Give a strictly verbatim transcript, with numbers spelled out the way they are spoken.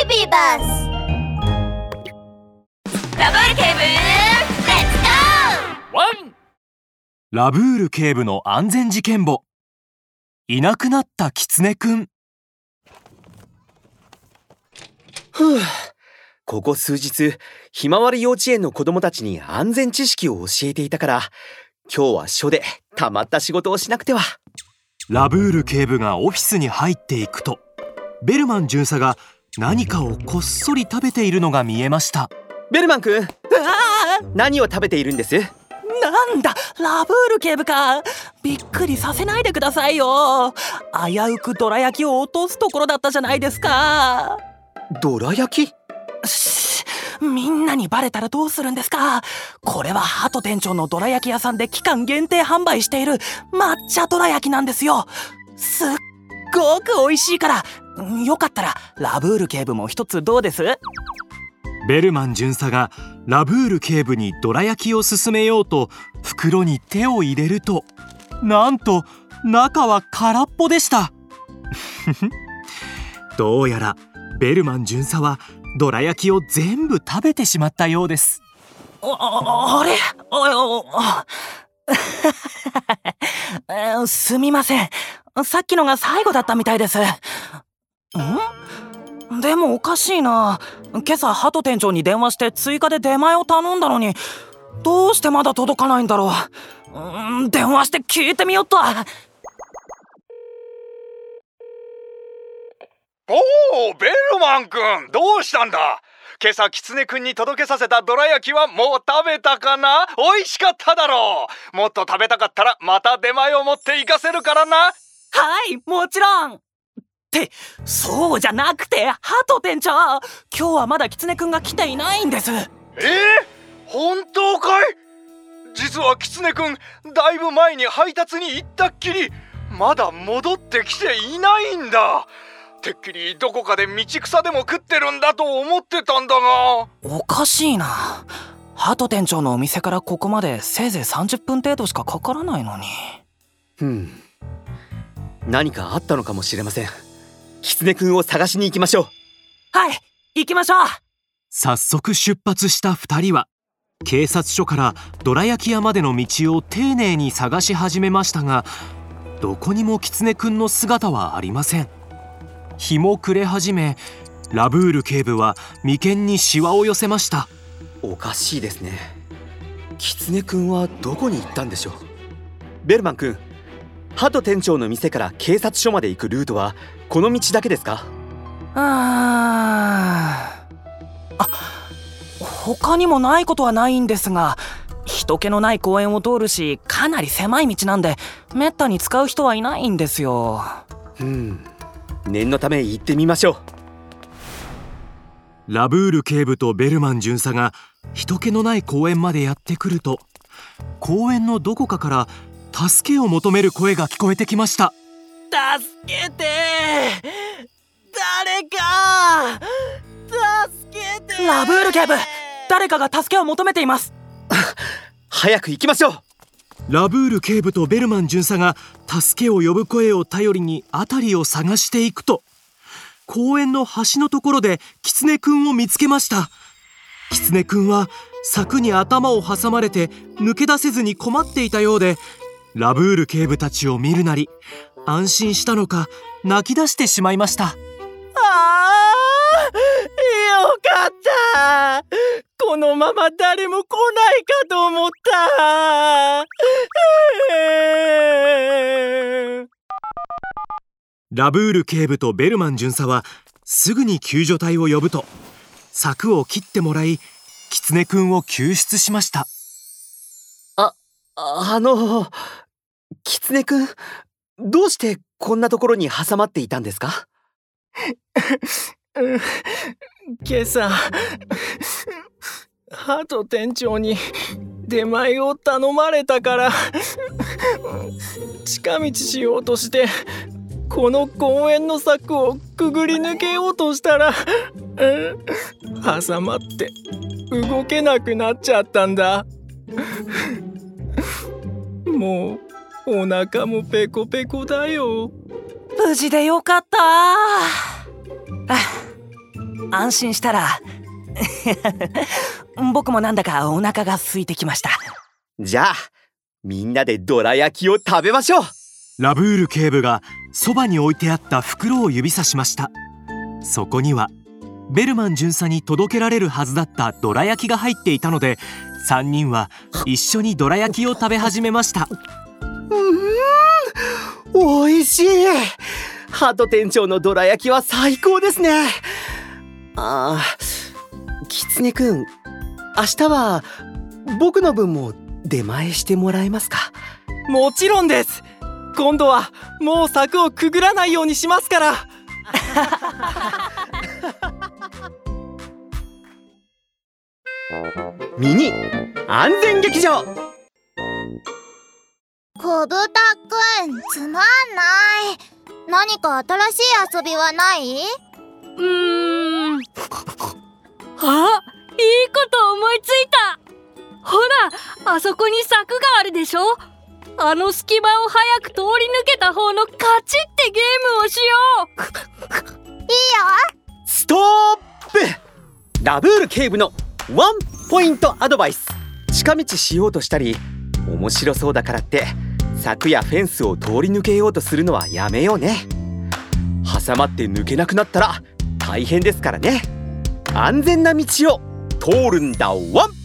ビバスラブール警部レッツゴー。 ワンラブール警部の安全事件簿。いなくなったキツネくん。 ふう、ここ数日ひまわり幼稚園の子供たちに安全知識を教えていたから、今日は署でたまった仕事をしなくては。 ラブール警部がオフィスに入っていくと、ベルマン巡査が何かをこっそり食べているのが見えました。 ベルマンくん、何を食べているんです？ なんだ、ラブール警部か。びっくりさせないでくださいよ。危うくどら焼きを落とすところだったじゃないですか。 どら焼き？ しみんなにバレたらどうするんですか。これはハト店長のどら焼き屋さんで期間限定販売している抹茶どら焼きなんですよ。すっごく美味しいから、よかったらラブール警部も一つどうです？ ベルマン巡査がラブール警部にどら焼きを勧めようと袋に手を入れると、なんと中は空っぽでした。どうやらベルマン巡査はどら焼きを全部食べてしまったようです。 あ, あれあすみません、さっきのが最後だったみたいです。んでもおかしいな。今朝ハト店長に電話して追加で出前を頼んだのに、どうしてまだ届かないんだろう。うん電話して聞いてみよっと。 おー、ベルマン君、どうしたんだ。今朝キツネ君に届けさせたどら焼きはもう食べたかな。美味しかっただろう。もっと食べたかったらまた出前を持って行かせるからな。 はい、もちろん。ってそうじゃなくて、ハト店長、今日はまだキツネ君が来ていないんです。えー、 本当かい。実はキツネ君、だいぶ前に配達に行ったっきりまだ戻ってきていないんだ。てっきりどこかで道草でも食ってるんだと思ってたんだが。 おかしいな。ハト店長のお店からここまでせいぜいさんじゅっぷん程度しかかからないのに。 ふん、何かあったのかもしれません。キツネくんを探しに行きましょう。 はい、行きましょう。 早速出発したふたりは警察署からどら焼き屋までの道を丁寧に探し始めましたが、どこにもキツネくんの姿はありません。日も暮れ始め、ラブール警部は眉間にシワを寄せました。 おかしいですね。キツネくんはどこに行ったんでしょう。ベルマンくん、ハト店長の店から警察署まで行くルートはこの道だけですか？ ああ他にもないことはないんですが、人気のない公園を通るし、かなり狭い道なんでめったに使う人はいないんですよ。 うん、念のため行ってみましょう。ラブール警部とベルマン巡査が人気のない公園までやってくると、公園のどこかから助けを求める声が聞こえてきました。 助けて、誰か助けて。ラブール警部、誰かが助けを求めています。 早く行きましょう。 ラブール警部とベルマン巡査が助けを呼ぶ声を頼りに辺りを探していくと、公園の端のところでキツネくんを見つけました。キツネくんは柵に頭を挟まれて抜け出せずに困っていたようで、ラブール警部たちを見るなり安心したのか泣き出してしまいました。 あー、よかった。このまま誰も来ないかと思った。 ラブール警部とベルマン巡査はすぐに救助隊を呼ぶと、柵を切ってもらいキツネくんを救出しました。 あ、あのキツネくん、どうしてこんなところに挟まっていたんですか？ 今朝ハト店長に出前を頼まれたから近道しようとしてこの公園の柵をくぐり抜けようとしたら挟まって動けなくなっちゃったんだ。もうお腹もペコペコだよ。無事でよかった。 安心したら僕もなんだかお腹が空いてきました。 じゃあみんなでどら焼きを食べましょう。 ラブール警部がそばに置いてあった袋を指さしました。そこにはベルマン巡査に届けられるはずだったどら焼きが入っていたので、さんにんは一緒にどら焼きを食べ始めました。 うーん、おいしい。ハト店長のどら焼きは最高ですね。あー、キツネくん、明日は僕の分も出前してもらえますか？ もちろんです。今度はもう柵をくぐらないようにしますから。 ミニ安全劇場。 小豚くん、つまんない。何か新しい遊びはない？ うーん。あ、いいこと思いついた。ほら、あそこに柵があるでしょ。あの隙間を早く通り抜けた方の勝ちってゲームをしよう。いいよ。 ストップ。ラブール警部のワンポイントアドバイス。近道しようとしたり、面白そうだからって柵やフェンスを通り抜けようとするのはやめようね。挟まって抜けなくなったら大変ですからね。安全な道を通るんだワン。